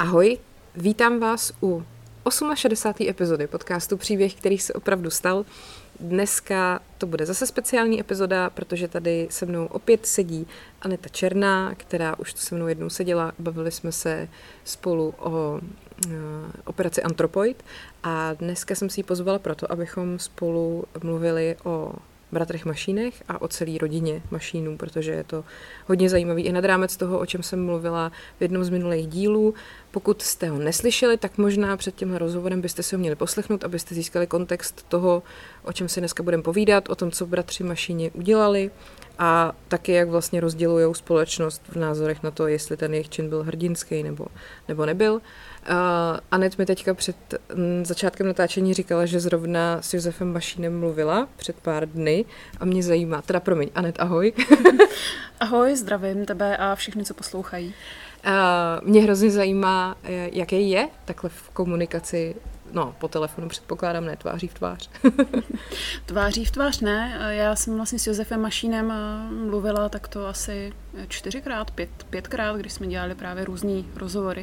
Ahoj, vítám vás u 68. epizody podcastu Příběh, který se opravdu stal. Dneska to bude zase speciální epizoda, protože tady se mnou opět sedí Aneta Černá, která už tu se mnou jednou seděla. Bavili jsme se spolu o operaci Anthropoid a dneska jsem si ji pozvala proto, abychom spolu mluvili o bratrech Mašínech a o celé rodině Mašínů, protože je to hodně zajímavý i nad rámec toho, o čem jsem mluvila v jednom z minulých dílů. Pokud jste ho neslyšeli, tak možná před tímhle rozhovorem byste si ho měli poslechnout, abyste získali kontext toho, o čem si dneska budeme povídat, o tom, co bratři Mašíni udělali a taky, jak vlastně rozdělují společnost v názorech na to, jestli ten jejich čin byl hrdinský nebo nebyl. Anet mi teďka před začátkem natáčení říkala, že zrovna s Josefem Mašínem mluvila před pár dny a mě zajímá, promiň, Anet, ahoj. Ahoj, zdravím tebe a všechny, co poslouchají. Mě hrozně zajímá, jaký je takhle v komunikaci, po telefonu předpokládám, ne tváří v tvář. Tváří v tvář ne, já jsem vlastně s Josefem Mašínem mluvila takto asi 4x, 5krát, když jsme dělali právě různý rozhovory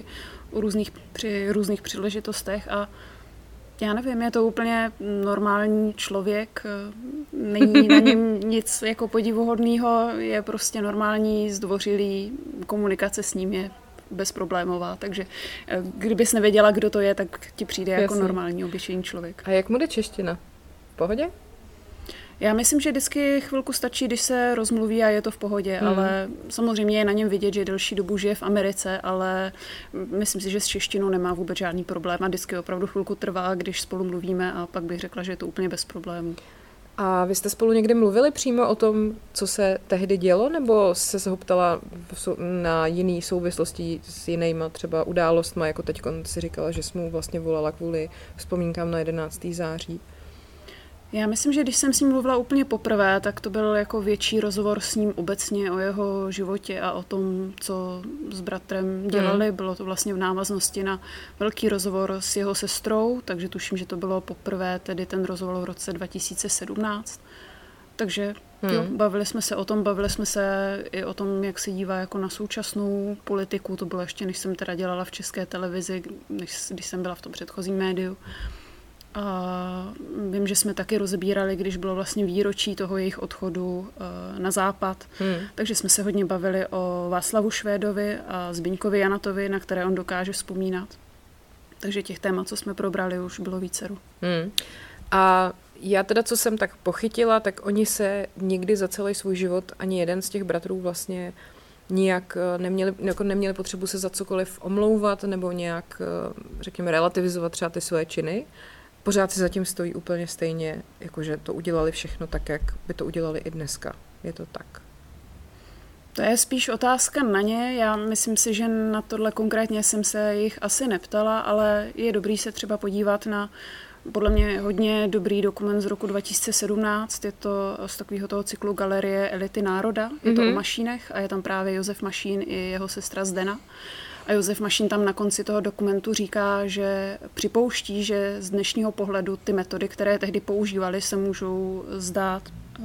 při různých příležitostech a já nevím, je to úplně normální člověk, není na něm nic jako podivuhodného, je prostě normální, zdvořilý, komunikace s ním je bezproblémová, takže kdybys nevěděla, kdo to je, tak ti přijde jako normální, obyčejný člověk. A jak mu jde čeština? V pohodě? Já myslím, že vždycky chvilku stačí, když se rozmluví a je to v pohodě, ale samozřejmě je na něm vidět, že delší dobu žije v Americe, ale myslím si, že s češtinou nemá vůbec žádný problém a vždycky opravdu chvilku trvá, když spolu mluvíme a pak bych řekla, že je to úplně bez problémů. A vy jste spolu někdy mluvili přímo o tom, co se tehdy dělo, nebo jste se ho ptala na jiné souvislosti s jinýma třeba událostma, jako teď si říkala, že jsi mu vlastně volala kvůli vzpomínkám na 11. září? Já myslím, že když jsem s ním mluvila úplně poprvé, tak to byl jako větší rozhovor s ním obecně o jeho životě a o tom, co s bratrem dělali. Bylo to vlastně v návaznosti na velký rozhovor s jeho sestrou, takže tuším, že to bylo poprvé tedy ten rozhovor v roce 2017. Takže jo, bavili jsme se i o tom, jak se dívá jako na současnou politiku. To bylo ještě, než jsem teda dělala v České televizi, když jsem byla v tom předchozím médiu. A vím, že jsme taky rozebírali, když bylo vlastně výročí toho jejich odchodu na západ. Takže jsme se hodně bavili o Václavu Švédovi a Zbyňkovi Janatovi, na které on dokáže vzpomínat. Takže těch témat, co jsme probrali, už bylo vícero. A já teda, co jsem tak pochytila, tak oni se nikdy za celý svůj život, ani jeden z těch bratrů vlastně nijak neměli potřebu se za cokoliv omlouvat nebo nějak, řekněme, relativizovat třeba ty své činy. Pořád si zatím stojí úplně stejně, jakože to udělali všechno tak, jak by to udělali i dneska. Je to tak? To je spíš otázka na ně. Já myslím si, že na tohle konkrétně jsem se jich asi neptala, ale je dobrý se třeba podívat na podle mě hodně dobrý dokument z roku 2017. Je to z takového toho cyklu Galerie elity národa. Je to o Mašínech a je tam právě Josef Mašín i jeho sestra Zdena. A Josef Mašín tam na konci toho dokumentu říká, že připouští, že z dnešního pohledu ty metody, které tehdy používali, se můžou zdát,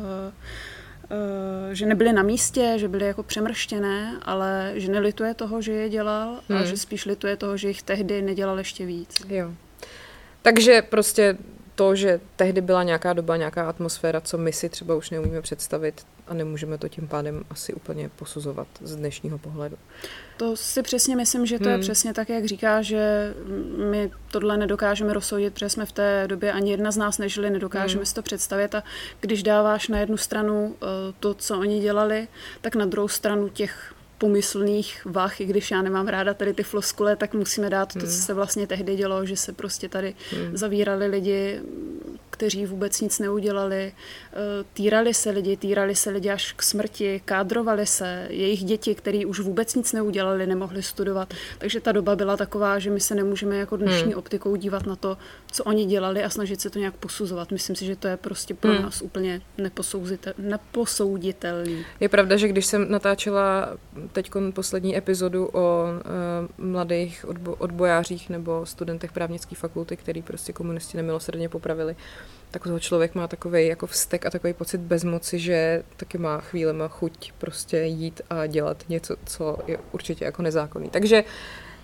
že nebyly na místě, že byly jako přemrštěné, ale že nelituje toho, že je dělal a že spíš lituje toho, že jich tehdy nedělal ještě víc. Jo. Takže prostě to, že tehdy byla nějaká doba, nějaká atmosféra, co my si třeba už neumíme představit a nemůžeme to tím pádem asi úplně posuzovat z dnešního pohledu. To si přesně myslím, že to je přesně tak, jak říká, že my tohle nedokážeme rozsoudit, protože jsme v té době ani jedna z nás nežili, nedokážeme si to představit a když dáváš na jednu stranu to, co oni dělali, tak na druhou stranu těch pomyslných vah, i když já nemám ráda tady ty floskule, tak musíme dát to, co se vlastně tehdy dělo, že se prostě tady zavírali lidi, kteří vůbec nic neudělali, týrali se lidi až k smrti, kádrovali se, jejich děti, který už vůbec nic neudělali, nemohli studovat. Takže ta doba byla taková, že my se nemůžeme jako dnešní optikou dívat na to, co oni dělali a snažit se to nějak posuzovat. Myslím si, že to je prostě pro nás úplně neposouditelný. Je pravda, že když jsem natáčela teď poslední epizodu o mladých odbojářích nebo studentech právnické fakulty, který prostě komunisti nemilosrdně popravili, tak toho člověk má takovej jako vztek a takový pocit bezmoci, že taky má chvílema chuť prostě jít a dělat něco, co je určitě jako nezákonný. Takže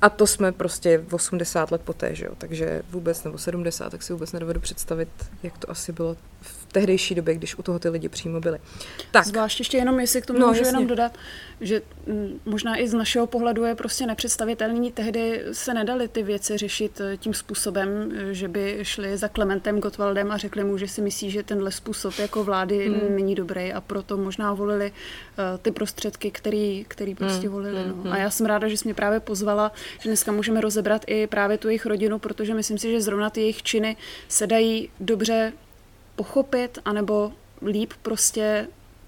A to jsme prostě 80 let poté, že jo, takže vůbec, nebo 70, tak si vůbec nedovedu představit, jak to asi bylo v tehdejší době, když u toho ty lidi přímo byli. Tak. Zvlášť ještě jenom, jestli k tomu můžu jenom dodat, že možná i z našeho pohledu je prostě nepředstavitelný. Tehdy se nedaly ty věci řešit tím způsobem, že by šli za Klementem Gottwaldem a řekli mu, že si myslí, že tenhle způsob jako vlády není dobrý a proto možná volili ty prostředky, který prostě volili. No. A já jsem ráda, že jsi mě právě pozvala, že dneska můžeme rozebrat i právě tu jejich rodinu, protože myslím si, že zrovna ty jejich činy se dají dobře pochopit, anebo líp prostě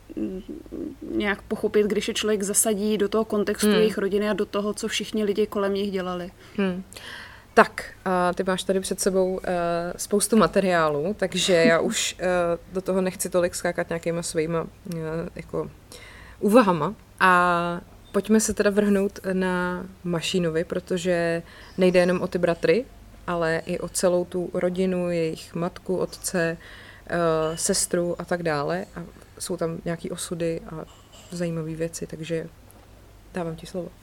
nějak pochopit, když je člověk zasadí do toho kontextu jejich rodiny a do toho, co všichni lidi kolem nich dělali. Tak, a ty máš tady před sebou spoustu materiálu, takže já už do toho nechci tolik skákat nějakýma svýma jako úvahama a pojďme se teda vrhnout na Mašínovi, protože nejde jenom o ty bratry, ale i o celou tu rodinu, jejich matku, otce, sestru a tak dále. A jsou tam nějaký osudy a zajímavé věci, takže dávám ti slovo.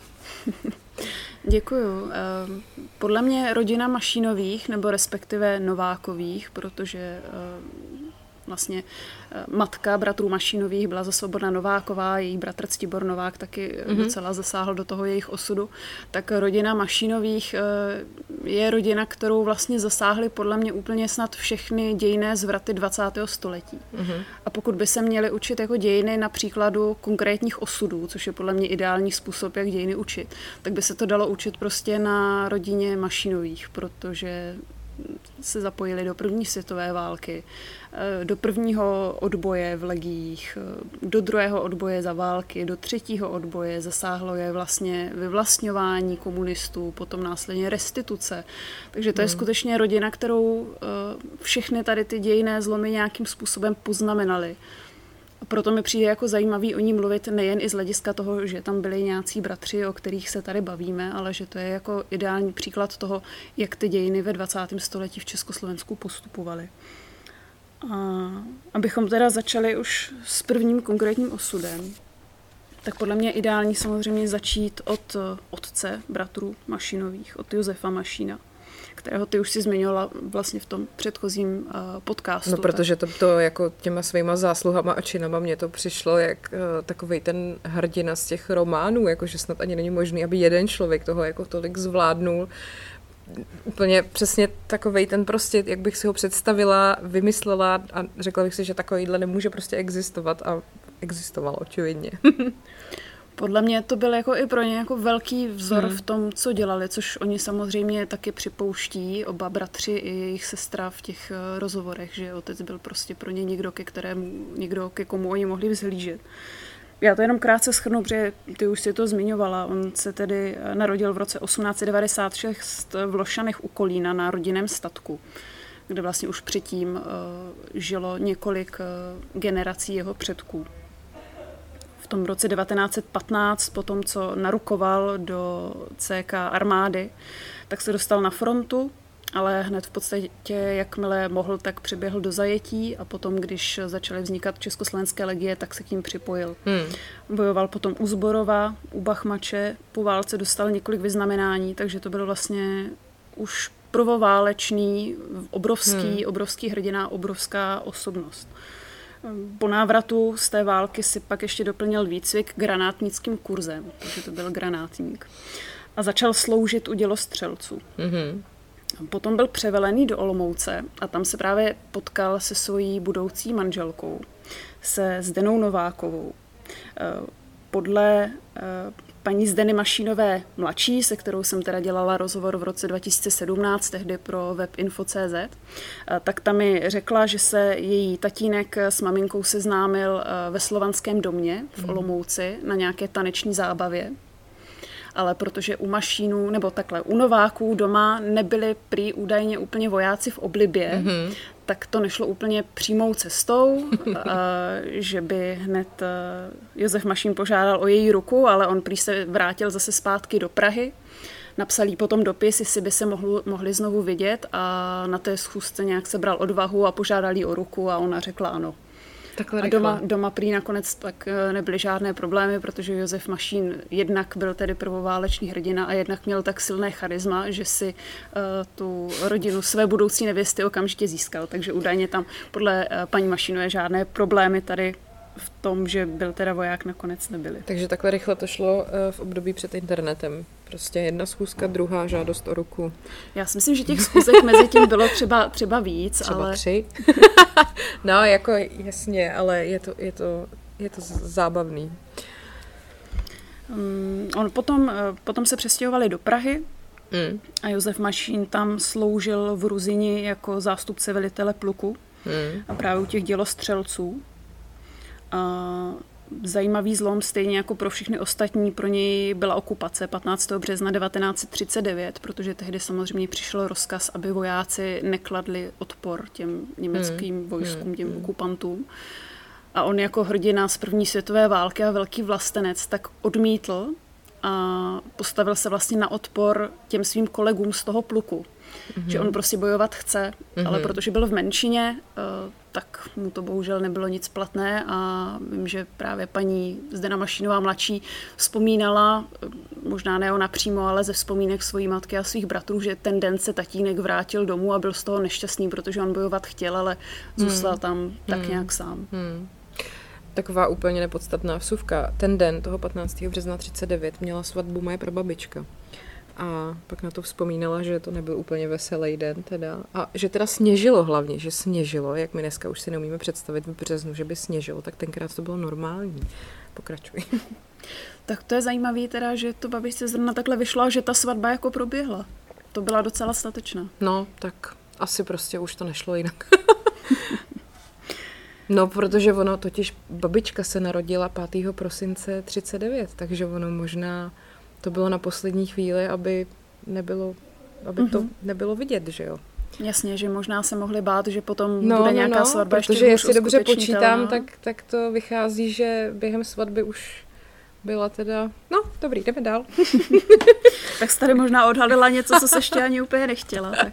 Děkuju. Podle mě rodina Mašínových, nebo respektive Novákových, protože vlastně matka bratrů Mašínových byla za Svobodna Nováková, její bratr Ctibor Novák taky docela zasáhl do toho jejich osudu. Tak rodina Mašínových je rodina, kterou vlastně zasáhly podle mě úplně snad všechny dějinné zvraty 20. století. A pokud by se měli učit jako dějiny na příkladu konkrétních osudů, což je podle mě ideální způsob, jak dějiny učit, tak by se to dalo učit prostě na rodině Mašínových, protože se zapojili do první světové války, do prvního odboje v legiích, do druhého odboje za války, do třetího odboje, zasáhlo je vlastně vyvlastňování komunistů, potom následně restituce. Takže to je skutečně rodina, kterou všechny tady ty dějinné zlomy nějakým způsobem poznamenaly. Proto mi přijde jako zajímavý o ní mluvit nejen i z hlediska toho, že tam byli nějací bratři, o kterých se tady bavíme, ale že to je jako ideální příklad toho, jak ty dějiny ve 20. století v Československu postupovaly. A abychom teda začali už s prvním konkrétním osudem, tak podle mě je ideální samozřejmě začít od otce bratrů Mašínových, od Josefa Mašína, kterého ty už si zmiňovala vlastně v tom předchozím podcastu. No, protože to jako těma svýma zásluhama a činama mně to přišlo jak takovej ten hrdina z těch románů, jakože snad ani není možný, aby jeden člověk toho jako tolik zvládnul. Úplně přesně takovej ten prostě, jak bych si ho představila, vymyslela a řekla bych si, že takovýhle nemůže prostě existovat a existoval očividně. Podle mě to byl jako i pro ně jako velký vzor v tom, co dělali, což oni samozřejmě taky připouští, oba bratři i jejich sestra v těch rozhovorech, že otec byl prostě pro ně někdo, ke komu oni mohli vzhlížet. Já to jenom krátce shrnu, protože ty už si to zmiňovala. On se tedy narodil v roce 1896 v Lošanech u Kolína na rodinném statku, kde vlastně už předtím žilo několik generací jeho předků. V tom roce 1915, po tom, co narukoval do CK armády, tak se dostal na frontu, ale hned v podstatě, jakmile mohl, tak přiběhl do zajetí a potom, když začaly vznikat československé legie, tak se k ním připojil. Bojoval potom u Zborova, u Bachmače, po válce dostal několik vyznamenání, takže to bylo vlastně už prvoválečný, obrovský hrdina, obrovská osobnost. Po návratu z té války si pak ještě doplnil výcvik granátnickým kurzem, takže to byl granátník. A začal sloužit u dělostřelců. Potom byl převelený do Olomouce a tam se právě potkal se svojí budoucí manželkou, se Zdenou Novákovou. Podle paní Zdeny Mašínové mladší, se kterou jsem teda dělala rozhovor v roce 2017, tehdy pro web info.cz, tak ta mi řekla, že se její tatínek s maminkou seznámil ve Slovanském domě v Olomouci na nějaké taneční zábavě. Ale protože u Mašínů, nebo takhle, u Nováků doma nebyli prý údajně úplně vojáci v oblibě, tak to nešlo úplně přímou cestou, že by hned Josef Mašín požádal o její ruku, ale on prý se vrátil zase zpátky do Prahy. Napsal jí potom dopis, jestli by se mohli znovu vidět a na té schůzce nějak sebral odvahu a požádal jí o ruku a ona řekla ano. Takhle a doma prý nakonec tak nebyly žádné problémy, protože Josef Mašín jednak byl tedy prvoválečný hrdina a jednak měl tak silné charisma, že si tu rodinu své budoucí nevěsty okamžitě získal. Takže údajně tam podle paní Mašínové žádné problémy tady v tom, že byl teda voják, nakonec nebyly. Takže takhle rychle to šlo v období před internetem. Prostě jedna schůzka, druhá žádost o ruku. Já si myslím, že těch schůzek mezi tím bylo třeba víc. Třeba 3. No, jako jasně, ale je to zábavný. On potom se přestěhovali do Prahy a Josef Mašín tam sloužil v Ruzini jako zástupce velitele pluku a právě u těch dělostřelců. A zajímavý zlom, stejně jako pro všechny ostatní, pro něj byla okupace 15. března 1939, protože tehdy samozřejmě přišel rozkaz, aby vojáci nekladli odpor těm německým vojskům, těm okupantům. A on jako hrdina z první světové války a velký vlastenec tak odmítl a postavil se vlastně na odpor těm svým kolegům z toho pluku. Že on prostě bojovat chce, ale protože byl v menšině, tak mu to bohužel nebylo nic platné a vím, že právě paní Zdena Mašínová mladší vzpomínala, možná ne ona přímo, ale ze vzpomínek svojí matky a svých bratrů, že ten den se tatínek vrátil domů a byl z toho nešťastný, protože on bojovat chtěl, ale zůstal tam tak nějak sám. Taková úplně nepodstatná vsuvka. Ten den toho 15. března 1939 měla svatbu moje prababička. A pak na to vzpomínala, že to nebyl úplně veselý den teda. A že teda sněžilo hlavně, že sněžilo, jak my dneska už si neumíme představit v březnu, že by sněžilo, tak tenkrát to bylo normální. Pokračuj. Tak to je zajímavé teda, že to babičce zrovna takhle vyšlo, že ta svatba jako proběhla. To byla docela statečná. No, tak asi prostě už to nešlo jinak. No, protože ono totiž, babička se narodila 5. prosince 1939, takže ono možná to bylo na poslední chvíli, aby to nebylo vidět, že jo? Jasně, že možná se mohli bát, že potom bude nějaká svatba ještě protože jestli dobře počítám, tak to vychází, že během svatby už byla teda... No, dobrý, jdeme dál. Tak jsi tady možná odhalila něco, co se ještě ani úplně nechtěla. Tak.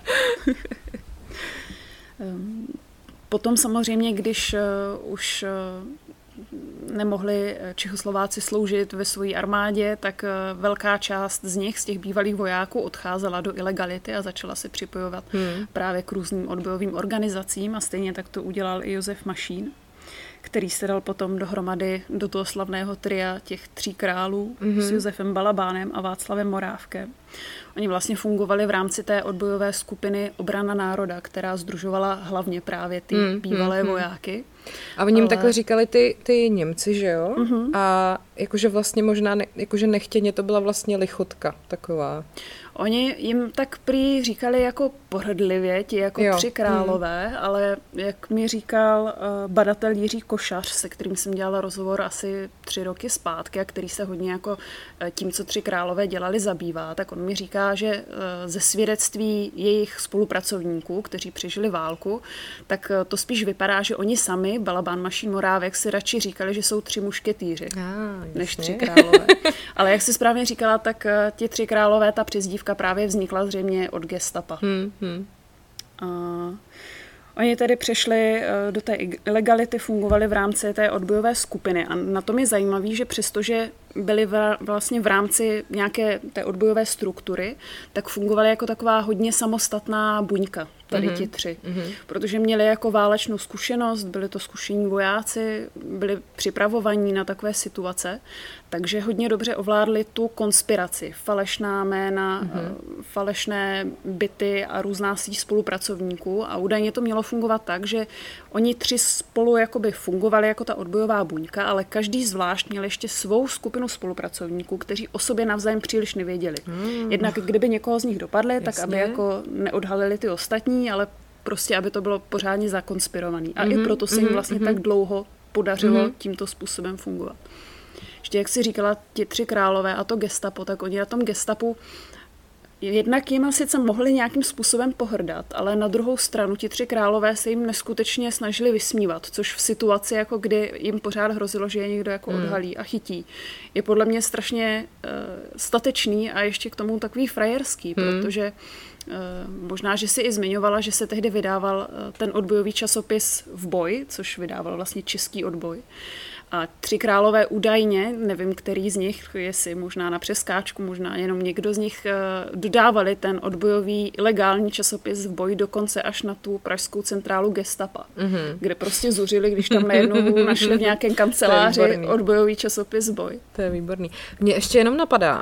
Potom samozřejmě, když už nemohli Čechoslováci sloužit ve své armádě, tak velká část z nich, z těch bývalých vojáků, odcházela do ilegality a začala se připojovat právě k různým odbojovým organizacím a stejně tak to udělal i Josef Mašín, který se dal potom dohromady do toho slavného tria těch 3 králů s Josefem Balabánem a Václavem Morávkem. Oni vlastně fungovali v rámci té odbojové skupiny Obrana národa, která sdružovala hlavně právě ty bývalé vojáky. A oni jim takhle říkali ty Němci, že jo? A jakože vlastně možná, jakože nechtěně to byla vlastně lichotka taková. Oni jim tak prý říkali jako pohrdlivě, ti jako 3 králové, ale jak mi říkal badatel Jiří Košař, se kterým jsem dělala rozhovor asi 3 roky zpátky a který se hodně jako tím, co 3 králové dělali, zabývá, tak on mi říká, že ze svědectví jejich spolupracovníků, kteří přežili válku, tak to spíš vypadá, že oni sami, Balabán, Mašín, Morávek, si radši říkali, že jsou 3 mušketýři, než 3 králové. Ale jak jsi správně říkala, tak ti 3 králové, ta přezdívka právě vznikla zřejmě od gestapa. Oni tedy přešli do té ilegality, fungovali v rámci té odbojové skupiny a na tom je zajímavý, že přestože byli vlastně v rámci nějaké té odbojové struktury, tak fungovali jako taková hodně samostatná buňka, tady ti 3. Protože měli jako válečnou zkušenost, byli to zkušení vojáci, byli připravovaní na takové situace, takže hodně dobře ovládli tu konspiraci, falešná jména, falešné byty a různá síť spolupracovníků a údajně to mělo fungovat tak, že oni 3 spolu jakoby fungovali jako ta odbojová buňka, ale každý zvlášť měl ještě svou skupinu spolupracovníků, kteří o sobě navzájem příliš nevěděli. Jednak kdyby někoho z nich dopadli, tak aby jako neodhalili ty ostatní, ale prostě aby to bylo pořádně zakonspirovaný. A i proto se jim vlastně tak dlouho podařilo tímto způsobem fungovat. Ještě jak si říkala, ti 3 králové a to gestapo, tak oni na tom gestapu jednak jim sice mohli nějakým způsobem pohrdat, ale na druhou stranu ti 3 králové se jim neskutečně snažili vysmívat, což v situaci, jako kdy jim pořád hrozilo, že je někdo jako odhalí a chytí, je podle mě strašně statečný a ještě k tomu takový frajerský, protože možná, že si i zmiňovala, že se tehdy vydával ten odbojový časopis V boj, což vydával vlastně český odboj. A 3 králové údajně, nevím, který z nich, jestli možná na přeskáčku, možná jenom někdo z nich dodávali ten odbojový legální časopis V boj dokonce až na tu pražskou centrálu gestapa, kde prostě zuřili, když tam najednou našli v nějakém kanceláři odbojový časopis V boj. To je výborný. Mně ještě jenom napadá,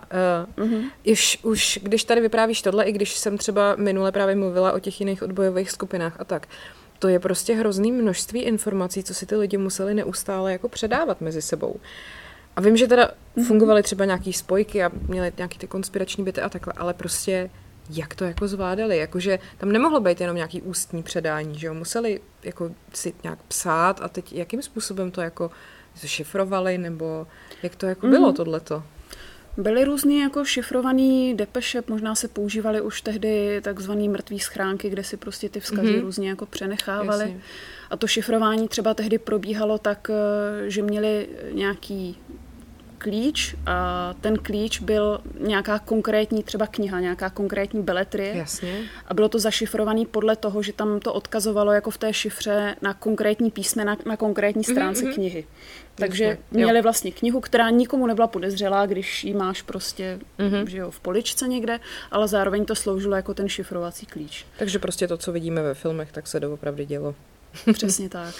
už když tady vyprávíš tohle, i když jsem třeba minule právě mluvila o těch jiných odbojových skupinách a tak, to je prostě hrozný množství informací, co si ty lidi museli neustále jako předávat mezi sebou. A vím, že teda fungovaly třeba nějaký spojky a měly nějaký ty konspirační byty a takhle, ale prostě jak to jako zvládali? Jakože tam nemohlo být jenom nějaký ústní předání, že jo? Museli jako si nějak psát a teď jakým způsobem to jako šifrovali, nebo jak to jako bylo tohleto? Byly různý jako šifrovaný depeše, možná se používaly už tehdy takzvaný mrtvý schránky, kde si prostě ty vzkazy různě jako přenechávali. Jasně. A to šifrování třeba tehdy probíhalo tak, že měli nějaký klíč a ten klíč byl nějaká konkrétní třeba kniha, nějaká konkrétní beletrie. Jasně. A bylo to zašifrované podle toho, že tam to odkazovalo jako v té šifře na konkrétní písmena, na konkrétní stránce knihy. Takže měli vlastně knihu, která nikomu nebyla podezřelá, když ji máš prostě že jo, v poličce někde, ale zároveň to sloužilo jako ten šifrovací klíč. Takže prostě to, co vidíme ve filmech, tak se doopravdy dělo. Přesně tak.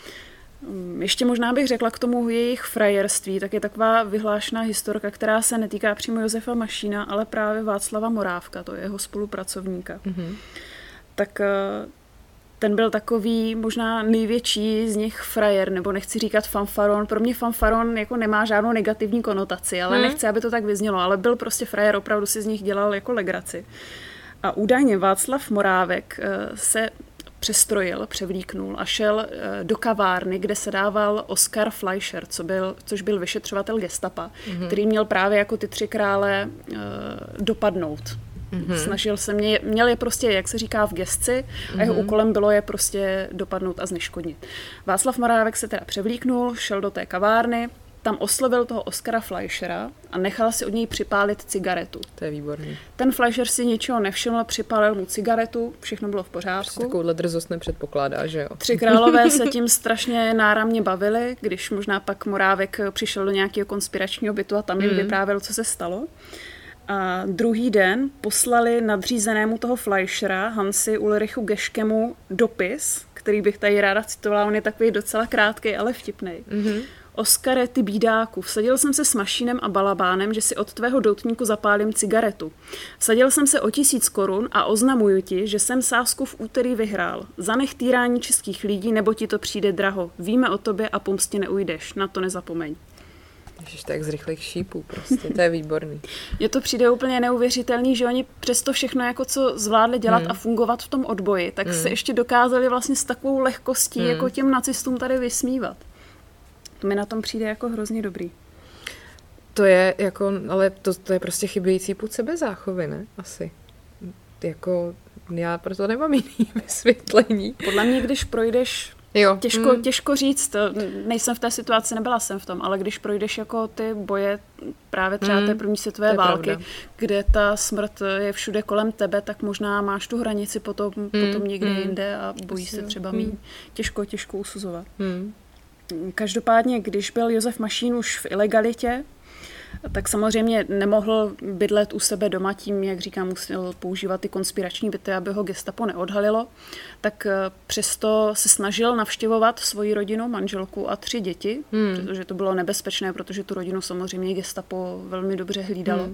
Ještě možná bych řekla k tomu jejich frajerství, tak je taková vyhlášená historka, která se netýká přímo Josefa Mašína, ale právě Václava Morávka, to je jeho spolupracovníka. Tak ten byl takový možná největší z nich frajer, nebo nechci říkat fanfaron. Pro mě fanfaron jako nemá žádnou negativní konotaci, ale nechci, aby to tak vyznělo, ale byl prostě frajer, opravdu si z nich dělal jako legraci. A údajně Václav Morávek se přestrojil, převlíknul a šel do kavárny, kde se dával Oskar Fleischer, což byl vyšetřovatel gestapa, který měl právě jako ty 3 krále dopadnout. Snažil se, měl je prostě, jak se říká, v gesci a jeho úkolem bylo je prostě dopadnout a zneškodnit. Václav Morávek se teda převlíknul, šel do té kavárny, tam oslovil toho Oskara Fleischera a nechal si od něj připálit cigaretu. To je výborný. Ten Fleischer si ničeho nevšiml, připálil mu cigaretu, všechno bylo v pořádku. Prostě takovouhle drzost nepředpokládá, že jo? 3 králové se tím strašně náramně bavili, když možná pak Morávek přišel do nějakého konspiračního bytu a tam jim vyprávěl, co se stalo. A druhý den poslali nadřízenému toho Fleischera, Hansi Ulrichu Geškemu, dopis, který bych tady ráda citovala, on je takový docela krátký, ale vtipnej. Oskare, ty bídáku, vsadil jsem se s Mašínem a Balabánem, že si od tvého doutníku zapálím cigaretu. Vsadil jsem se o 1000 korun a oznamuju ti, že jsem sázku v úterý vyhrál. Zanech týrání českých lidí, nebo ti to přijde draho. Víme o tobě a pomstě neujdeš, na to nezapomeň. Ježiš, tak z rychlých šípů prostě, to je výborný. Mně to přijde úplně neuvěřitelný, že oni přesto všechno, jako co zvládli dělat a fungovat v tom odboji, tak se ještě dokázali vlastně s takovou lehkostí jako těm nacistům tady vysmívat. To mi na tom přijde jako hrozně dobrý. To je jako, ale to je prostě chybějící pud sebezáchovy, ne? Asi. Jako, já proto nemám jiný vysvětlení. Podle mě, když projdeš, těžko říct, nejsem v té situaci, nebyla jsem v tom, ale když projdeš jako ty boje právě třeba té první světové války, pravda, kde ta smrt je všude kolem tebe, tak možná máš tu hranici potom někde jinde a bojíš se třeba míň. Těžko usuzovat. Každopádně, když byl Josef Mašín už v ilegalitě, tak samozřejmě nemohl bydlet u sebe doma tím, jak říkám, musel používat ty konspirační byty, aby ho gestapo neodhalilo, tak přesto se snažil navštěvovat svoji rodinu, manželku a 3 děti, protože to bylo nebezpečné, protože tu rodinu samozřejmě gestapo velmi dobře hlídalo.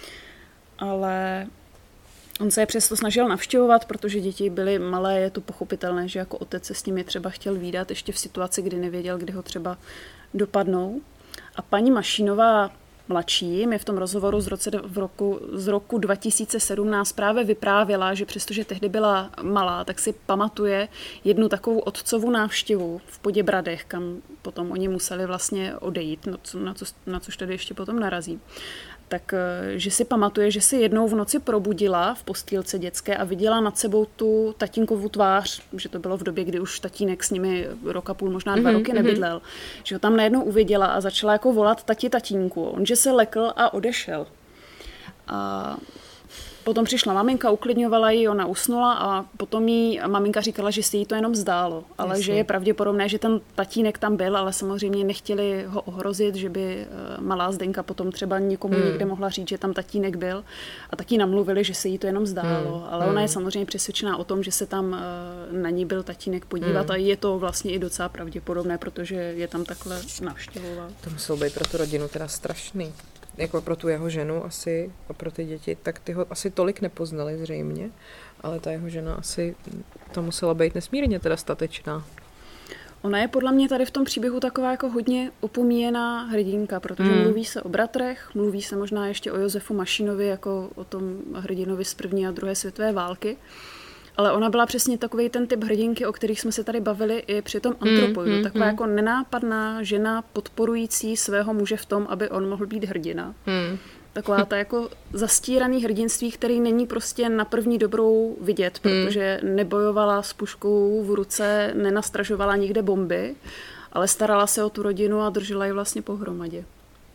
Ale on se je přesto snažil navštěvovat, protože děti byly malé, je to pochopitelné, že jako otec se s nimi třeba chtěl vídat ještě v situaci, kdy nevěděl, kdy ho třeba dopadnou. A paní Mašínová mladší mi v tom rozhovoru z roku 2017 právě vyprávěla, že přestože tehdy byla malá, tak si pamatuje jednu takovou otcovu návštěvu v Poděbradech, kam potom oni museli vlastně odejít, na což tady ještě potom narazí. tak že si pamatuje, že se jednou v noci probudila v postýlce dětské a viděla nad sebou tu tatínkovu tvář, že to bylo v době, kdy už tatínek s nimi rok a půl, možná 2 roky nebydlel, že ho tam najednou uviděla a začala jako volat tatínku. On že se lekl a odešel. A potom přišla maminka, uklidňovala ji, ona usnula a potom jí maminka říkala, že si jí to jenom zdálo, ale že je pravděpodobné, že ten tatínek tam byl, ale samozřejmě nechtěli ho ohrozit, že by malá Zdenka potom třeba někomu někde mohla říct, že tam tatínek byl a taky namluvili, že se jí to jenom zdálo, ale ona je samozřejmě přesvědčená o tom, že se tam na ní byl tatínek podívat a je to vlastně i docela pravděpodobné, protože je tam takhle navštěvoval. To muselo být pro tu rodinu teda strašný. Jako pro tu jeho ženu asi a pro ty děti, tak ty ho asi tolik nepoznali zřejmě, ale ta jeho žena asi to musela být nesmírně teda statečná. Ona je podle mě tady v tom příběhu taková jako hodně opomíjená hrdinka, protože mluví se o bratrech, mluví se možná ještě o Josefu Mašínovi jako o tom hrdinovi z 1. a 2. světové války. Ale ona byla přesně takový ten typ hrdinky, o kterých jsme se tady bavili i při tom Antropoidu. Taková jako nenápadná žena podporující svého muže v tom, aby on mohl být hrdina. Taková ta jako zastíraný hrdinství, který není prostě na první dobrou vidět, protože nebojovala s puškou v ruce, nenastražovala nikde bomby, ale starala se o tu rodinu a držela ji vlastně pohromadě.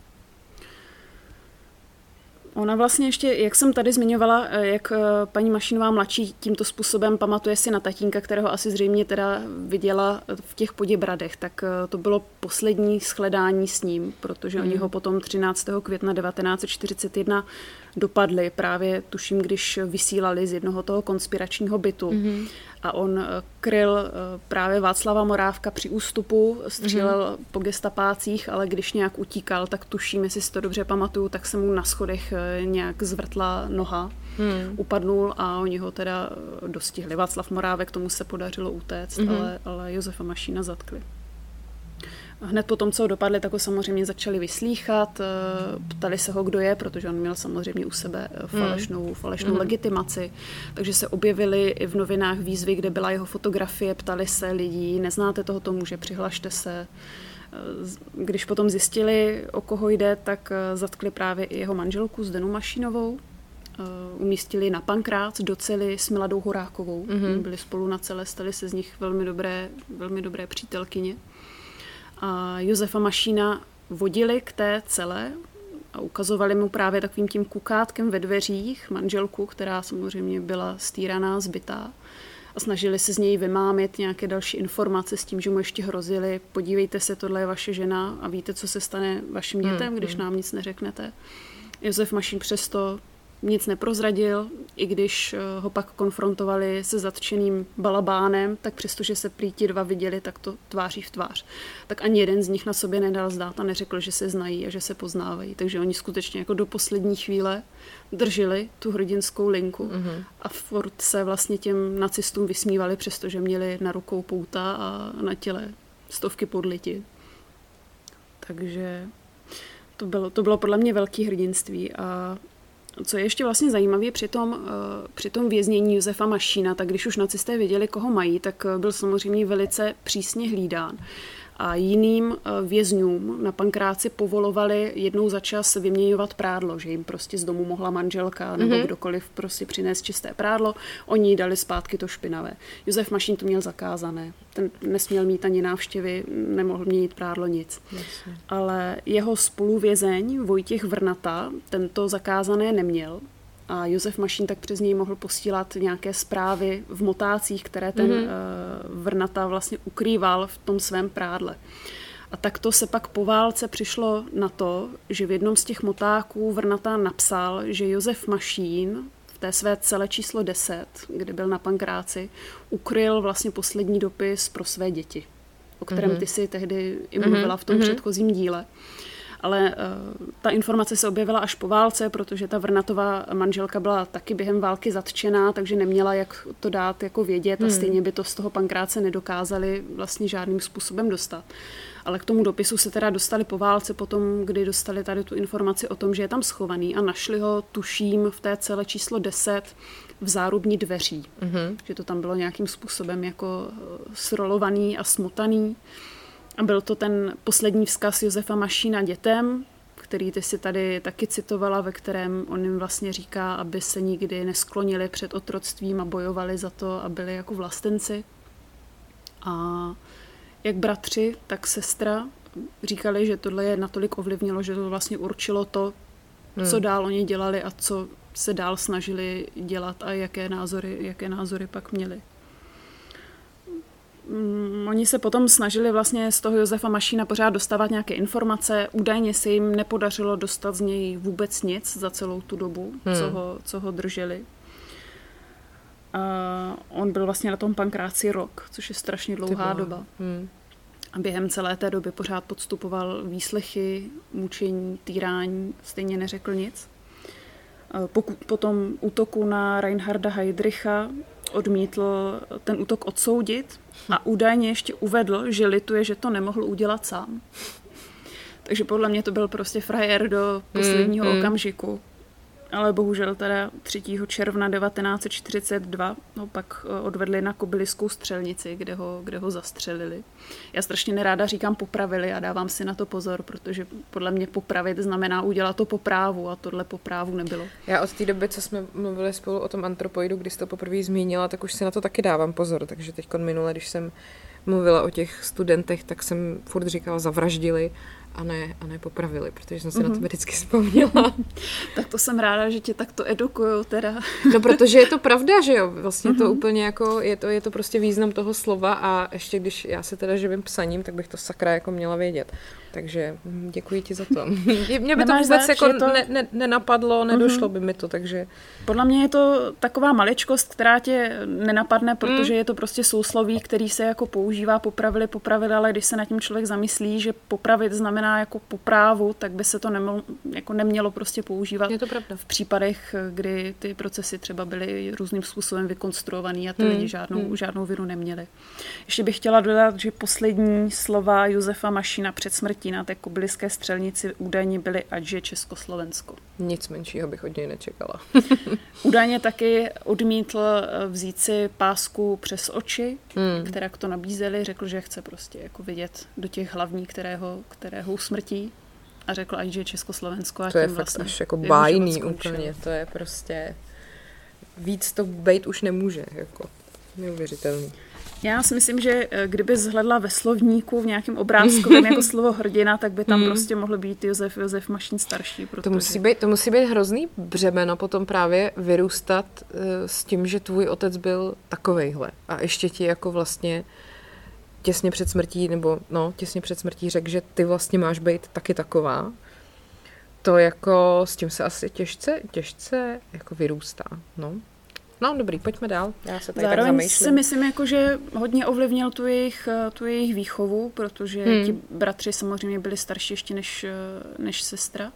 Ona vlastně ještě, jak jsem tady zmiňovala, jak paní Mašínová mladší tímto způsobem pamatuje si na tatínka, kterého asi zřejmě teda viděla v těch Poděbradech, tak to bylo poslední shledání s ním, protože oni ho potom 13. května 1941 dopadli, právě tuším, když vysílali z jednoho toho konspiračního bytu. A on kryl právě Václava Morávka při ústupu, střílel po gestapácích, ale když nějak utíkal, tak tuším, jestli si to dobře pamatuju, tak se mu na schodech nějak zvrtla noha, upadnul a oni ho teda dostihli. Václav Morávek, tomu se podařilo utéct, ale Josefa Mašína zatkli. Hned po tom, co ho dopadli, tak ho samozřejmě začali vyslýchat, ptali se ho, kdo je, protože on měl samozřejmě u sebe falešnou legitimaci. Takže se objevily i v novinách výzvy, kde byla jeho fotografie, ptali se lidí, neznáte tohoto muže, přihlašte se. Když potom zjistili, o koho jde, tak zatkli právě i jeho manželku Zdenu Mašínovou. Umístili na Pankrác do cely s Miladou Horákovou. Byli spolu na cele, stali se z nich velmi dobré přítelkyně. A Josefa Mašína vodili k té cele a ukazovali mu právě takovým tím kukátkem ve dveřích manželku, která samozřejmě byla stýraná, zbytá. A snažili se z něj vymámit nějaké další informace s tím, že mu ještě hrozili. Podívejte se, tohle je vaše žena a víte, co se stane vašim dětem, když nám nic neřeknete. Josef Mašín přesto nic neprozradil, i když ho pak konfrontovali se zatčeným Balabánem, tak přestože se prý ti dva viděli takto tváří v tvář, tak ani jeden z nich na sobě nedal zdát a neřekl, že se znají a že se poznávají. Takže oni skutečně jako do poslední chvíle drželi tu hrdinskou linku a furt se vlastně těm nacistům vysmívali, přestože měli na rukou pouta a na těle stovky podliti. Takže to bylo podle mě velký hrdinství. A co je ještě vlastně zajímavé při tom věznění Josefa Mašína, tak když už nacisté věděli, koho mají, tak byl samozřejmě velice přísně hlídán. A jiným vězňům na Pankráci povolovali jednou za čas vyměňovat prádlo, že jim prostě z domu mohla manželka nebo kdokoliv prostě přinést čisté prádlo, oni jí dali zpátky to špinavé. Josef Mašín to měl zakázané. Ten nesměl mít ani návštěvy, nemohl měnit prádlo, nic. Jasně. Ale jeho spoluvězeň Vojtěch Vrnata, ten to zakázané neměl. A Josef Mašín tak přes něj mohl posílat nějaké zprávy v motácích, které ten Vrnata vlastně ukrýval v tom svém prádle. A takto se pak po válce přišlo na to, že v jednom z těch motáků Vrnata napsal, že Josef Mašín v té své cele číslo 10, kde byl na Pankráci, ukryl vlastně poslední dopis pro své děti, o kterém ty si tehdy i mluvila v tom předchozím díle. Ale ta informace se objevila až po válce, protože ta Vrnatová manželka byla taky během války zatčená, takže neměla jak to dát jako vědět a stejně by to z toho Pankráce nedokázali vlastně žádným způsobem dostat. Ale k tomu dopisu se teda dostali po válce potom, kdy dostali tady tu informaci o tom, že je tam schovaný a našli ho, tuším, v té cele číslo 10 v zárubní dveří. Že to tam bylo nějakým způsobem jako srolovaný a smotaný. A byl to ten poslední vzkaz Josefa Mašína dětem, který ty si tady taky citovala, ve kterém on jim vlastně říká, aby se nikdy nesklonili před otroctvím a bojovali za to a byli jako vlastenci. A jak bratři, tak sestra říkali, že tohle je natolik ovlivnilo, že to vlastně určilo to, co dál oni dělali a co se dál snažili dělat a jaké názory pak měli. Oni se potom snažili vlastně z toho Josefa Mašína pořád dostávat nějaké informace. Údajně se jim nepodařilo dostat z něj vůbec nic za celou tu dobu, co ho drželi. A on byl vlastně na tom Pankráci rok, což je strašně dlouhá doba. A během celé té doby pořád podstupoval výslechy, mučení, týrání, stejně neřekl nic. Po tom útoku na Reinharda Heydricha odmítl ten útok odsoudit a údajně ještě uvedl, že lituje, že to nemohl udělat sám. Takže podle mě to byl prostě frajer do posledního okamžiku. Ale bohužel teda 3. června 1942 no pak odvedli na Kobyliskou střelnici, kde ho zastřelili. Já strašně neráda říkám popravili a dávám si na to pozor, protože podle mě popravit znamená udělat to po právu a tohle po právu nebylo. Já od té doby, co jsme mluvili spolu o tom antropoidu, když jsi to poprvé zmínila, tak už si na to taky dávám pozor. Takže teď minule, když jsem mluvila o těch studentech, tak jsem furt říkala zavraždili a ne popravili, protože jsem si na to vždycky vzpomněla. Tak to jsem ráda, že tě takto edukujou teda. No, protože je to pravda, že jo, vlastně to úplně jako, je to prostě význam toho slova a ještě když já se teda živím psaním, tak bych to sakra jako měla vědět. Takže děkuji ti za to. Mě by to vůbec jako nenapadlo, nedošlo by mi to, takže... Podle mě je to taková maličkost, která tě nenapadne, protože je to prostě sousloví, který se jako používá popravili, ale když se nad tím člověk zamyslí, že popravit znamená jako po právu, tak by se to nemělo prostě používat. Je to pravda. V případech, kdy ty procesy třeba byly různým způsobem vykonstruovaný a ty lidi žádnou vinu neměli. Ještě bych chtěla dodat, že poslední slova Josefa Mašína před smrtí na té Kobyliské střelnici údajně byly, ať je Československo. Nic menšího bych od něj nečekala. Údajně taky odmítl vzít si pásku přes oči, které to nabízeli. Řekl, že chce prostě jako vidět do těch hlavní, kterého usmrtí. A řekl, ať je Československo. A to je fakt vlastně až jako bájný úplně. To je prostě... Víc to bejt už nemůže. Jako neuvěřitelný. Já si myslím, že kdyby zhledla ve slovníku v nějakém obrázkovém jako slovo hrdina, tak by tam prostě mohl být Josef Mašín starší. Protože... To musí být hrozný břemeno potom právě vyrůstat s tím, že tvůj otec byl takovejhle. A ještě ti jako vlastně těsně před smrtí řekl, že ty vlastně máš být taky taková. To jako s tím se asi těžce jako vyrůstá, no. No dobrý, pojďme dál. Já se tady zároveň tak zamýšlím. si myslím, jako, že hodně ovlivnil tu jejich výchovu, protože ti bratři samozřejmě byli starší ještě než sestra.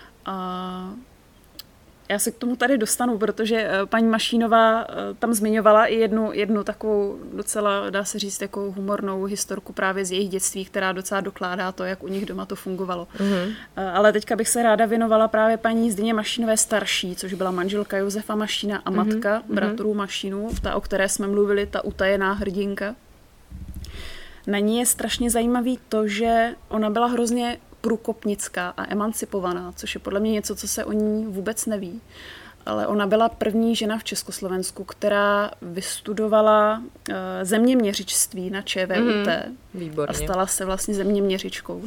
A já se k tomu tady dostanu, protože paní Mašínová tam zmiňovala i jednu takovou docela, dá se říct, jako humornou historku právě z jejich dětství, která docela dokládá to, jak u nich doma to fungovalo. Ale teďka bych se ráda věnovala právě paní Zdeně Mašínové starší, což byla manželka Josefa Mašína a matka bratrů Mašínů, ta, o které jsme mluvili, ta utajená hrdinka. Na ní je strašně zajímavý to, že ona byla hrozně průkopnická a emancipovaná, což je podle mě něco, co se o ní vůbec neví. Ale ona byla první žena v Československu, která vystudovala zeměměřičství na ČVUT a stala se vlastně zeměměřičkou.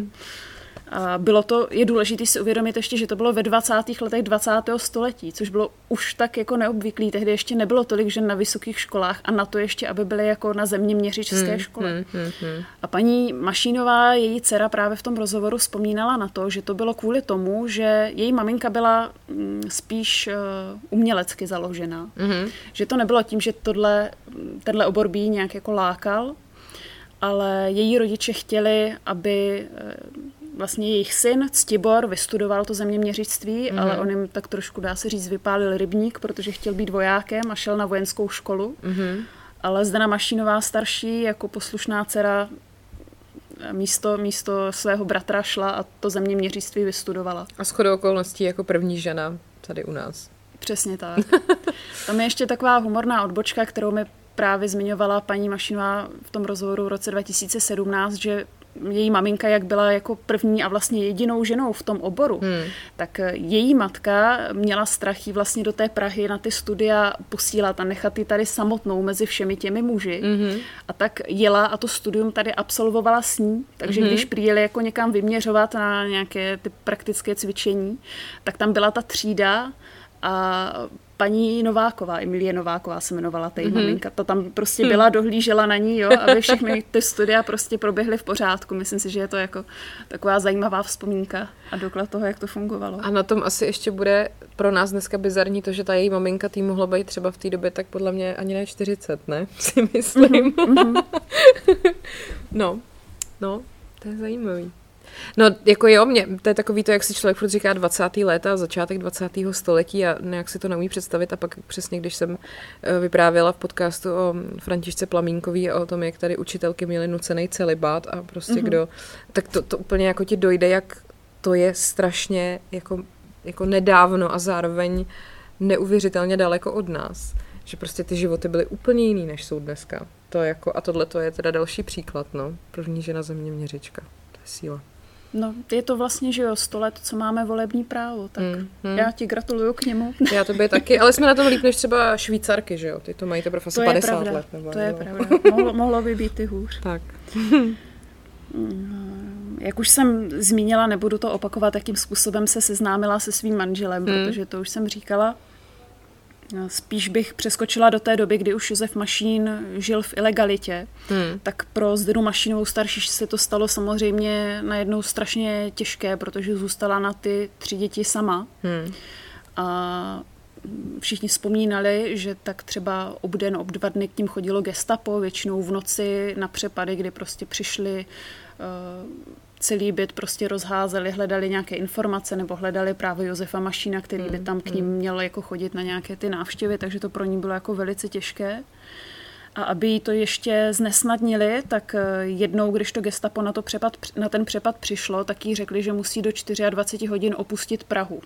Je důležité si uvědomit ještě, že to bylo ve 20. letech 20. století, což bylo už tak jako neobvyklý. Tehdy ještě nebylo tolik žen na vysokých školách a na to ještě, aby byly jako na zeměměřičské škole. A paní Mašínová, její dcera, právě v tom rozhovoru vzpomínala na to, že to bylo kvůli tomu, že její maminka byla spíš umělecky založená. Že to nebylo tím, že tenhle obor by jí nějak jako lákal, ale její rodiče chtěli, aby vlastně jejich syn Ctibor vystudoval to zeměměřictví, ale on jim tak trošku, dá se říct, vypálil rybník, protože chtěl být vojákem a šel na vojenskou školu. Ale Zdena Mašínová starší jako poslušná dcera místo svého bratra šla a to zeměměřictví vystudovala. A shodou okolností jako první žena tady u nás. Přesně tak. Tam je ještě taková humorná odbočka, kterou mi právě zmiňovala paní Mašínová v tom rozhovoru v roce 2017, že její maminka, jak byla jako první a vlastně jedinou ženou v tom oboru, tak její matka měla strach jí vlastně do té Prahy na ty studia posílat a nechat ji tady samotnou mezi všemi těmi muži. A tak jela a to studium tady absolvovala s ní. Takže když přijeli jako někam vyměřovat na nějaké ty praktické cvičení, tak tam byla ta třída a paní Nováková, Emilie Nováková se jmenovala ta její maminka, to tam prostě byla, dohlížela na ní, jo, aby všechny ty studia prostě proběhly v pořádku. Myslím si, že je to jako taková zajímavá vzpomínka a doklad toho, jak to fungovalo. A na tom asi ještě bude pro nás dneska bizarní to, že ta její maminka tý mohla být třeba v té době tak podle mě ani ne 40, ne? Si myslím. No, to je zajímavý. No, jako jo, to je takový to, jak si člověk furt říká 20. léta, začátek 20. století a nějak si to neumí představit a pak přesně, když jsem vyprávěla v podcastu o Františce Plamínkový a o tom, jak tady učitelky měly nucený celibát a prostě tak to úplně jako ti dojde, jak to je strašně jako nedávno a zároveň neuvěřitelně daleko od nás. Že prostě ty životy byly úplně jiný, než jsou dneska. A tohle to je teda další příklad, no. První žena zeměměřička. To je síla. No, je to vlastně, že jo, 100 let, co máme volební právo, tak já ti gratuluju k němu. Já tobě taky, ale jsme na tom líp než třeba Švýcarky, že jo, ty to mají teprve asi 50 let. Nebo to je pravda, mohlo by být i hůř. Tak. Jak už jsem zmínila, nebudu to opakovat, jakým způsobem se seznámila se svým manželem, protože to už jsem říkala. Spíš bych přeskočila do té doby, kdy už Josef Mašín žil v ilegalitě, tak pro Zdenu Mašínovou starší se to stalo samozřejmě najednou strašně těžké, protože zůstala na ty 3 děti sama. A všichni vzpomínali, že tak třeba obden, 2 dny k ním chodilo gestapo, většinou v noci na přepady, kdy prostě přišli, celý byt prostě rozházeli, hledali nějaké informace nebo hledali právě Josefa Mašína, který by tam k ním měl jako chodit na nějaké ty návštěvy, takže to pro ní bylo jako velice těžké. A aby jí to ještě znesnadnili, tak jednou, když to gestapo na ten přepad přišlo, tak jí řekli, že musí do 24 hodin opustit Prahu.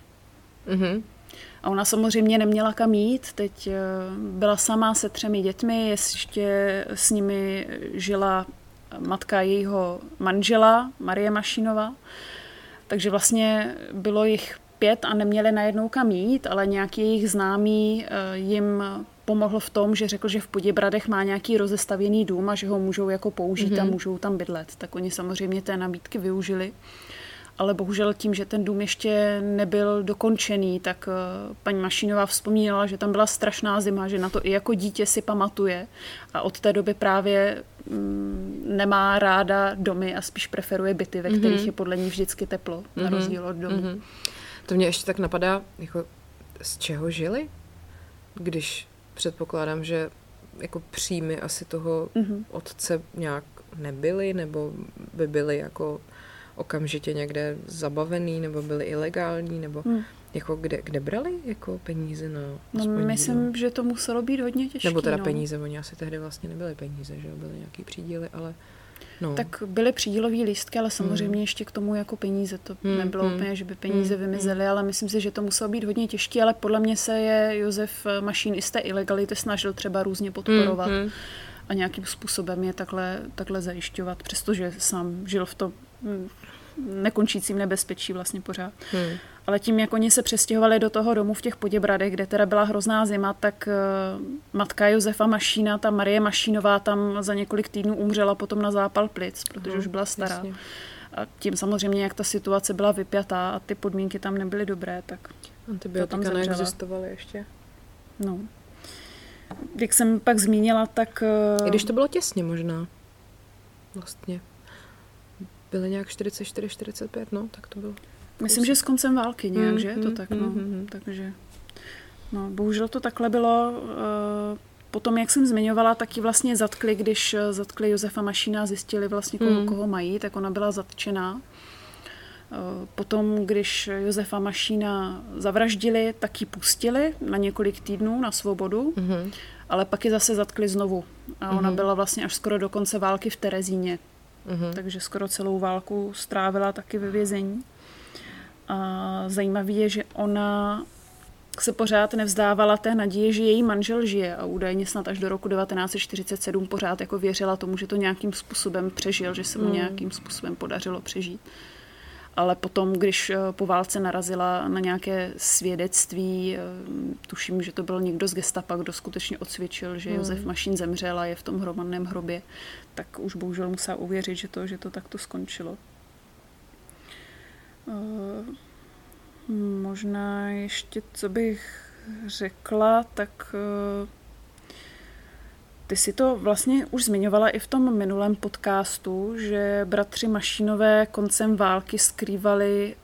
A ona samozřejmě neměla kam jít, teď byla sama se 3 dětmi, ještě s nimi žila matka jejího manžela, Marie Mašínova. Takže vlastně bylo jich 5 a neměli najednou kam jít, ale nějaký jejich známý jim pomohl v tom, že řekl, že v Poděbradech má nějaký rozestavěný dům a že ho můžou jako použít a můžou tam bydlet. Tak oni samozřejmě té nabídky využili. Ale bohužel tím, že ten dům ještě nebyl dokončený, tak paní Mašínová vzpomínala, že tam byla strašná zima, že na to i jako dítě si pamatuje a od té doby právě nemá ráda domy a spíš preferuje byty, ve kterých je podle ní vždycky teplo, na rozdíl od domu. To mě ještě tak napadá, jako z čeho žili? Když předpokládám, že jako příjmy asi toho otce nějak nebyly, nebo by byly jako okamžitě někde zabavený, nebo byli ilegální, nebo jako kde brali jako peníze na myslím, že to muselo být hodně těžké. Nebo teda peníze, oni asi tehdy vlastně nebyly peníze, že byly nějaký příděly, ale no. Tak byly přídělové lístky, ale samozřejmě ještě k tomu jako peníze. To nebylo úplně, že by peníze vymizely, ale myslím si, že to muselo být hodně těžké, ale podle mě se je Josef Mašín i z té ilegality snažil třeba různě podporovat a nějakým způsobem je takhle zajišťovat, přestože sám žil v tom nekončícím nebezpečí vlastně pořád. Ale tím, jak oni se přestěhovali do toho domu v těch Poděbradech, kde teda byla hrozná zima, tak matka Josefa Mašína, ta Marie Mašínová, tam za několik týdnů umřela potom na zápal plic, protože už byla stará. Jasně. A tím samozřejmě, jak ta situace byla vypjatá a ty podmínky tam nebyly dobré, tak antibiotika neexistovaly ještě. No. Jak jsem pak zmínila, tak... I když to bylo těsně možná. Vlastně. Byly nějak 44, 45, no, tak to bylo. Myslím, že s koncem války nějak, že? To tak, no. Takže, no, bohužel to takhle bylo. Potom, jak jsem zmiňovala, tak ji vlastně zatkli, když zatkli Josefa Mašína, zjistili vlastně, koho mají, tak ona byla zatčená. Potom, když Josefa Mašína zavraždili, tak ji pustili na několik týdnů na svobodu, ale pak ji zase zatkli znovu. A ona byla vlastně až skoro do konce války v Terezíně. Takže skoro celou válku strávila taky ve vězení. A zajímavé je, že ona se pořád nevzdávala té naděje, že její manžel žije a údajně snad až do roku 1947 pořád jako věřila tomu, že to nějakým způsobem přežil, že se mu nějakým způsobem podařilo přežít. Ale potom, když po válce narazila na nějaké svědectví, tuším, že to byl někdo z gestapa, kdo skutečně odsvědčil, že Josef Mašín zemřel a je v tom hromadném hrobě, tak už bohužel musela uvěřit, že to takto skončilo. Možná ještě, co bych řekla, tak ty si to vlastně už zmiňovala i v tom minulém podcastu, že bratři Mašínové koncem války skrývali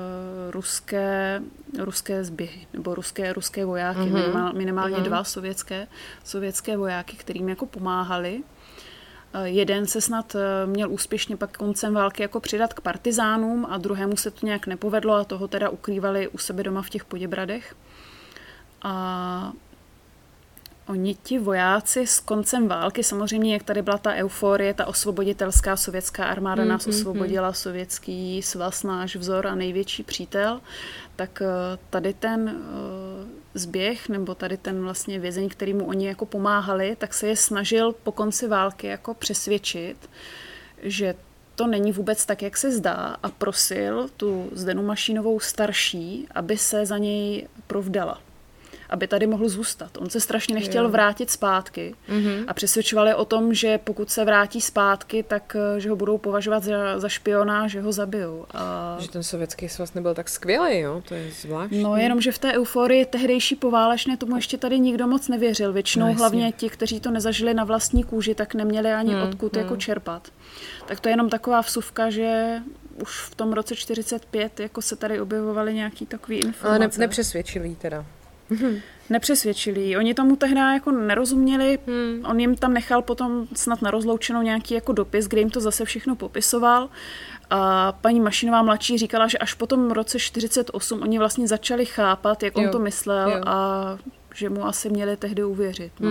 ruské zběhy, nebo ruské vojáky, minimálně dva sovětské vojáky, kterým jako pomáhali. Jeden se snad měl úspěšně pak koncem války jako přidat k partizánům a druhému se to nějak nepovedlo a toho teda ukrývali u sebe doma v těch Poděbradech. A oni ti vojáci s koncem války, samozřejmě jak tady byla ta euforie, ta osvoboditelská sovětská armáda nás osvobodila, sovětský svaz, náš vzor a největší přítel, tak tady ten zběh, nebo tady ten vlastně vězeň, kterýmu oni jako pomáhali, tak se je snažil po konci války jako přesvědčit, že to není vůbec tak, jak se zdá, a prosil tu Zdenu Mašínovou starší, aby se za něj provdala, aby tady mohl zůstat. On se strašně nechtěl vrátit zpátky a přesvědčovali o tom, že pokud se vrátí zpátky, tak že ho budou považovat za špiona, že ho zabijou. Že ten sovětský svaz nebyl tak skvělý, jo? To je zvláštní. No jenom, že v té euforii tehdejší poválečné tomu ještě tady nikdo moc nevěřil. Většinou hlavně ti, kteří to nezažili na vlastní kůži, tak neměli ani odkud jako čerpat. Tak to je jenom taková vsuvka, že už v tom roce 45 jako se tady objevovaly nějaký takový informace. Ale nepřesvědčili jí teda. Nepřesvědčili. Oni tomu tehdy jako nerozuměli. On jim tam nechal potom snad na rozloučenou nějaký jako dopis, kde jim to zase všechno popisoval. A paní Mašínová mladší říkala, že až po tom roce 48 oni vlastně začali chápat, jak on to myslel a že mu asi měli tehdy uvěřit. No.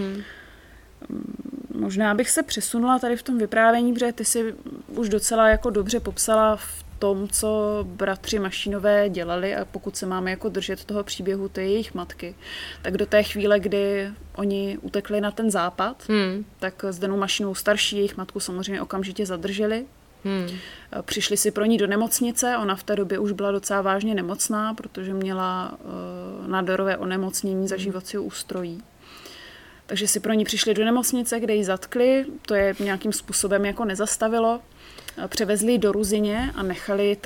Možná bych se přesunula tady v tom vyprávění, protože ty si už docela jako dobře popsala v tom, co bratři Mašínové dělali, a pokud se máme jako držet toho příběhu té jejich matky, tak do té chvíle, kdy oni utekli na ten západ, tak Zdenu Mašínovou starší, jejich matku samozřejmě okamžitě zadrželi. Přišli si pro ní do nemocnice, ona v té době už byla docela vážně nemocná, protože měla nádorové onemocnění zažívacího ústrojí. Takže si pro ní přišli do nemocnice, kde ji zatkli, to je nějakým způsobem jako nezastavilo. Převezli ji do Ruzyně a nechali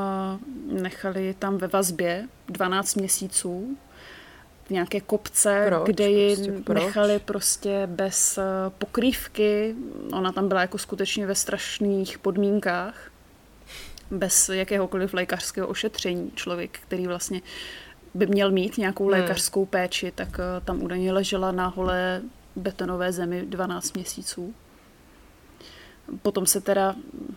ji tam ve vazbě 12 měsíců v nějaké kopce, kde ji nechali prostě bez pokrývky. Ona tam byla jako skutečně ve strašných podmínkách, bez jakéhokoliv lékařského ošetření. Člověk, který vlastně by měl mít nějakou lékařskou péči, tak tam údajně ležela na holé betonové zemi 12 měsíců. Potom se teda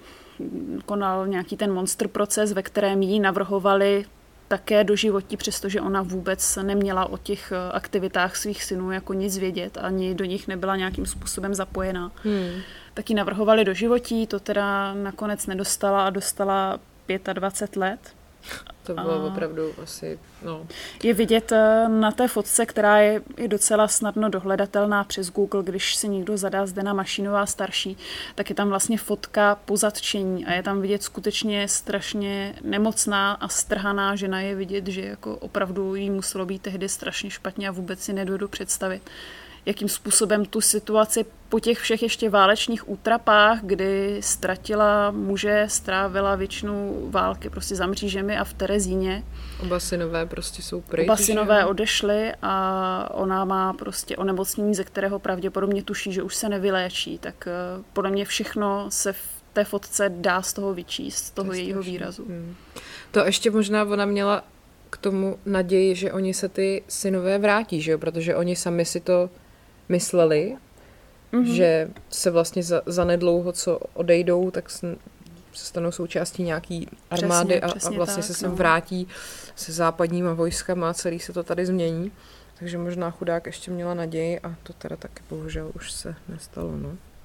konal nějaký ten monster proces, ve kterém jí navrhovali také doživotí, přestože ona vůbec neměla o těch aktivitách svých synů jako nic vědět, ani do nich nebyla nějakým způsobem zapojená. Tak jí navrhovali doživotí, to teda nakonec nedostala a dostala 25 let. To bylo opravdu asi, Je vidět na té fotce, která je docela snadno dohledatelná přes Google, když si někdo zadá Zdena Mašínová starší, tak je tam vlastně fotka po zatčení a je tam vidět skutečně strašně nemocná a strhaná žena. Je vidět, že jako opravdu jí muselo být tehdy strašně špatně a vůbec si nedovedu představit, jakým způsobem tu situaci po těch všech ještě válečných útrapách, kdy ztratila muže, strávila většinu války prostě za mřížemi a v Terezíně. Oba synové prostě jsou pryč. Oba synové odešly a ona má prostě onemocnění, ze kterého pravděpodobně tuší, že už se nevyléčí. Tak podle mě všechno se v té fotce dá z toho vyčíst, z toho jejího výrazu. To ještě možná ona měla k tomu naději, že oni se ty synové vrátí, že jo? Protože oni sami si to mysleli, že se vlastně za nedlouho, co odejdou, tak se stanou součástí nějaký armády přesně a vlastně tak, se sem vrátí se západníma vojskama a celý se to tady změní. Takže možná chudák ještě měla naději a to teda taky bohužel už se nestalo. No.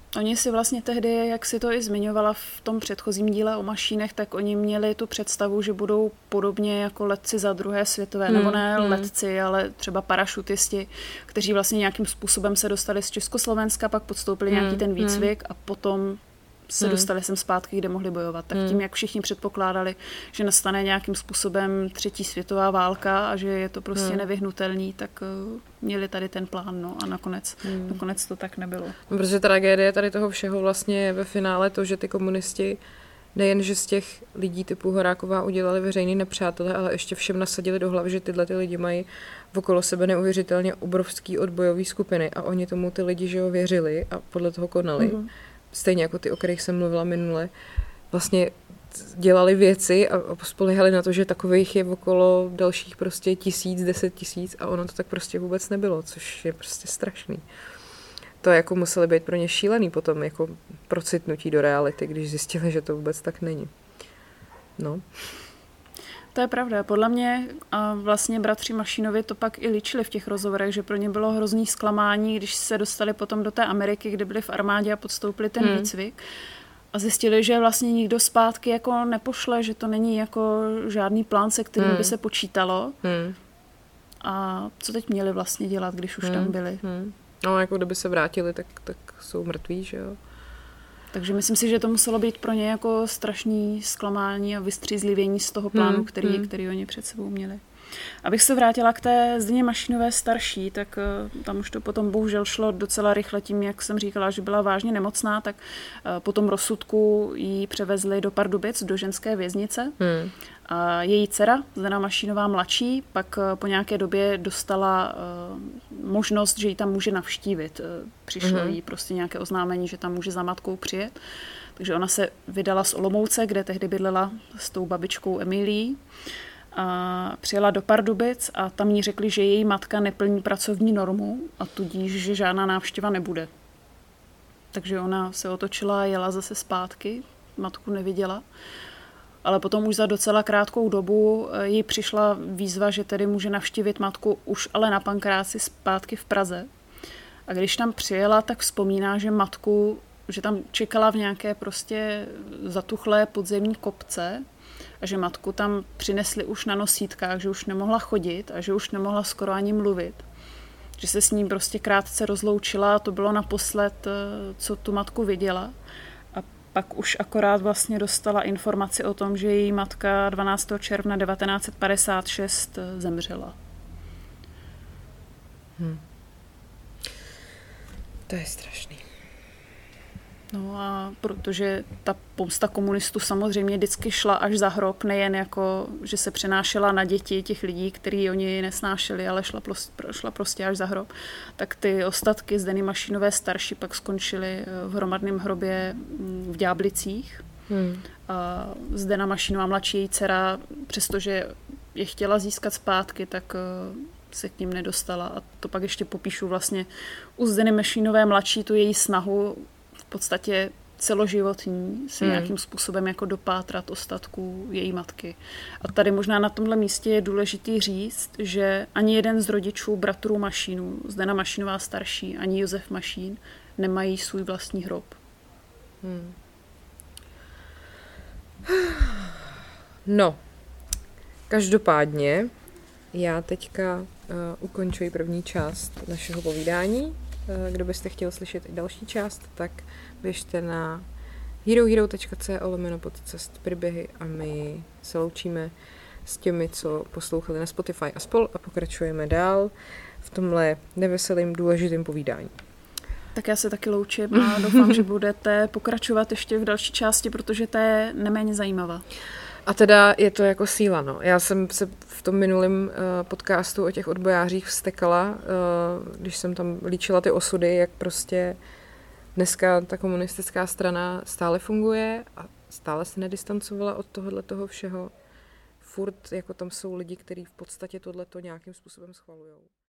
Oni si vlastně tehdy, jak si to i zmiňovala v tom předchozím díle o Mašínech, tak oni měli tu představu, že budou podobně jako letci za druhé světové, nebo ne letci, ale třeba parašutisti, kteří vlastně nějakým způsobem se dostali z Československa, pak podstoupili nějaký ten výcvik a potom se dostali sem zpátky, kde mohli bojovat. Tak tím, jak všichni předpokládali, že nastane nějakým způsobem třetí světová válka a že je to prostě nevyhnutelný, tak měli tady ten plán, no a nakonec to tak nebylo. No, protože tragédie tady toho všeho vlastně je ve finále to, že ty komunisti nejen, že z těch lidí typu Horáková udělali veřejný nepřátele, ale ještě všem nasadili do hlavy, že tyhle ty lidi mají okolo sebe neuvěřitelně obrovský odbojový skupiny a oni tomu ty lidi, že jo, věřili a podle toho konali. Stejně jako ty, o kterých jsem mluvila minule, vlastně dělali věci a spolehali na to, že takových je okolo dalších prostě 1000, 10 000 a ono to tak prostě vůbec nebylo, což je prostě strašný. To jako museli být pro ně šílený potom jako procitnutí do reality, když zjistili, že to vůbec tak není. No. To je pravda. Podle mě a vlastně bratři Mašínovi to pak i líčili v těch rozhovorech, že pro ně bylo hrozný zklamání, když se dostali potom do té Ameriky, kde byli v armádě a podstoupili ten výcvik a zjistili, že vlastně nikdo zpátky jako nepošle, že to není jako žádný plán, se kterým by se počítalo. A co teď měli vlastně dělat, když už tam byli? No, jako kdyby se vrátili, tak jsou mrtví, že jo? Takže myslím si, že to muselo být pro ně jako strašný zklamání a vystřízlivění z toho plánu, který oni před sebou měli. Abych se vrátila k té Zdeně Mašínové starší, tak tam už to potom bohužel šlo docela rychle tím, jak jsem říkala, že byla vážně nemocná, tak po tom rozsudku ji převezli do Pardubic, do ženské věznice. A její dcera, Zdena Mašínová mladší, pak po nějaké době dostala možnost, že ji tam může navštívit. Přišlo jí prostě nějaké oznámení, že tam může za matkou přijet. Takže ona se vydala z Olomouce, kde tehdy bydlela s tou babičkou Emilií. A přijela do Pardubic a tam jí řekli, že její matka neplní pracovní normu a tudíž, že žádná návštěva nebude. Takže ona se otočila a jela zase zpátky, matku neviděla. Ale potom už za docela krátkou dobu jí přišla výzva, že tedy může navštívit matku už ale na Pankráci zpátky v Praze. A když tam přijela, tak vzpomíná, že matku, že tam čekala v nějaké prostě zatuchlé podzemní kopce a že matku tam přinesli už na nosítkách, že už nemohla chodit a že už nemohla skoro ani mluvit. Že se s ní prostě krátce rozloučila a to bylo naposled, co tu matku viděla. A pak už akorát vlastně dostala informaci o tom, že její matka 12. června 1956 zemřela. To je strašný. No a protože ta pomsta komunistů samozřejmě vždycky šla až za hrob, nejen jako, že se přenášela na děti těch lidí, který oni nesnášeli, ale šla prostě až za hrob, tak ty ostatky Zdeny Mašínové starší pak skončily v hromadném hrobě v Ďáblicích. A Zdena Mašínová mladší, její dcera, přestože je chtěla získat zpátky, tak se k ním nedostala. A to pak ještě popíšu vlastně u Zdeny Mašínové mladší tu její snahu v podstatě celoživotní se nějakým způsobem jako dopátrat ostatků její matky. A tady možná na tomhle místě je důležitý říct, že ani jeden z rodičů bratrů Mašínů, Zdena Mašínová starší, ani Josef Mašín, nemají svůj vlastní hrob. No, každopádně já teďka ukončuji první část našeho povídání. Kdo byste chtěl slyšet i další část, tak běžte na herohero.co/podcast příběhy a my se loučíme s těmi, co poslouchali na Spotify a spol a pokračujeme dál v tomhle neveselým důležitým povídání. Tak já se taky loučím a doufám, že budete pokračovat ještě v další části, protože to je neméně zajímavá. A teda je to jako síla, no. Já jsem se v tom minulém podcastu o těch odbojářích vztekala, když jsem tam líčila ty osudy, jak prostě dneska ta komunistická strana stále funguje a stále se nedistancovala od toho všeho. Furt jako tam jsou lidi, kteří v podstatě tohleto nějakým způsobem schvalujou.